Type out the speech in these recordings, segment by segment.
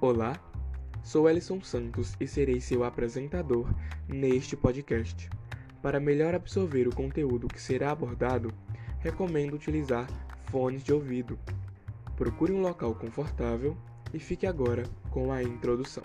Olá, sou Elison Santos e serei seu apresentador neste podcast. Para melhor absorver o conteúdo que será abordado, recomendo utilizar fones de ouvido. Procure um local confortável e fique agora com a introdução.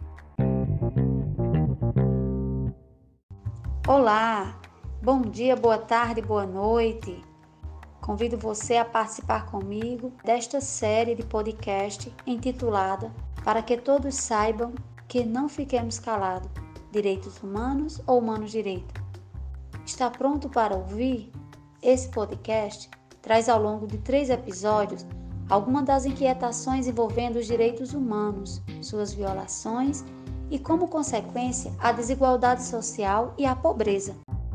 Olá, bom dia, boa tarde, boa noite. Convido você a participar comigo desta série de podcast intitulada Para que todos saibam que não fiquemos calados, direitos humanos ou humanos direito. Está pronto para ouvir? Esse podcast traz ao longo de 3 episódios algumas das inquietações envolvendo os direitos humanos, suas violações e, como consequência, a desigualdade social e a pobreza.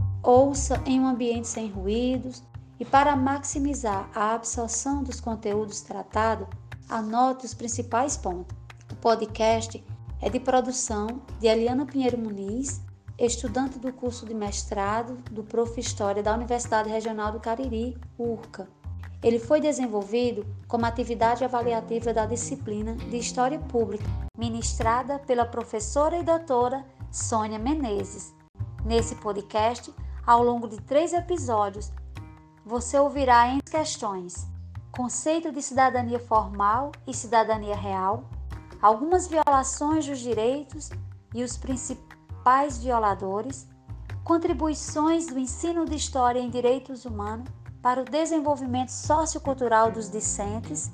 Ouça em um ambiente sem ruídos e, para maximizar a absorção dos conteúdos tratados, anote os principais pontos. O podcast é de produção de Eliana Pinheiro Muniz, estudante do curso de mestrado do Prof. História da Universidade Regional do Cariri, URCA. Ele foi desenvolvido como atividade avaliativa da disciplina de História Pública, ministrada pela professora e doutora Sônia Menezes. Nesse podcast, ao longo de 3 episódios, você ouvirá em questões: conceito de cidadania formal e cidadania real, algumas violações dos direitos e os principais violadores, contribuições do ensino de história em direitos humanos para o desenvolvimento sociocultural dos discentes,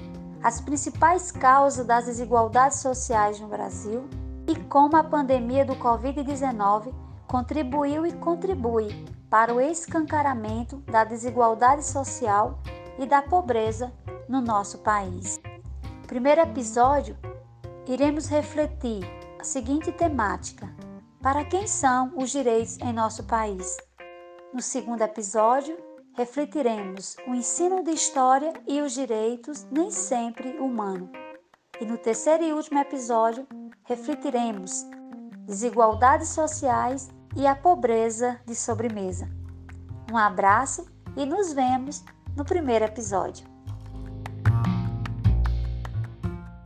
as principais causas das desigualdades sociais no Brasil e como a pandemia do Covid-19 contribuiu e contribui para o escancaramento da desigualdade social e da pobreza no nosso país. No primeiro episódio, iremos refletir a seguinte temática: para quem são os direitos em nosso país? No segundo episódio, refletiremos o ensino de história e os direitos nem sempre humanos. E no terceiro e último episódio, refletiremos desigualdades sociais e a pobreza de sobremesa. Um abraço e nos vemos no primeiro episódio.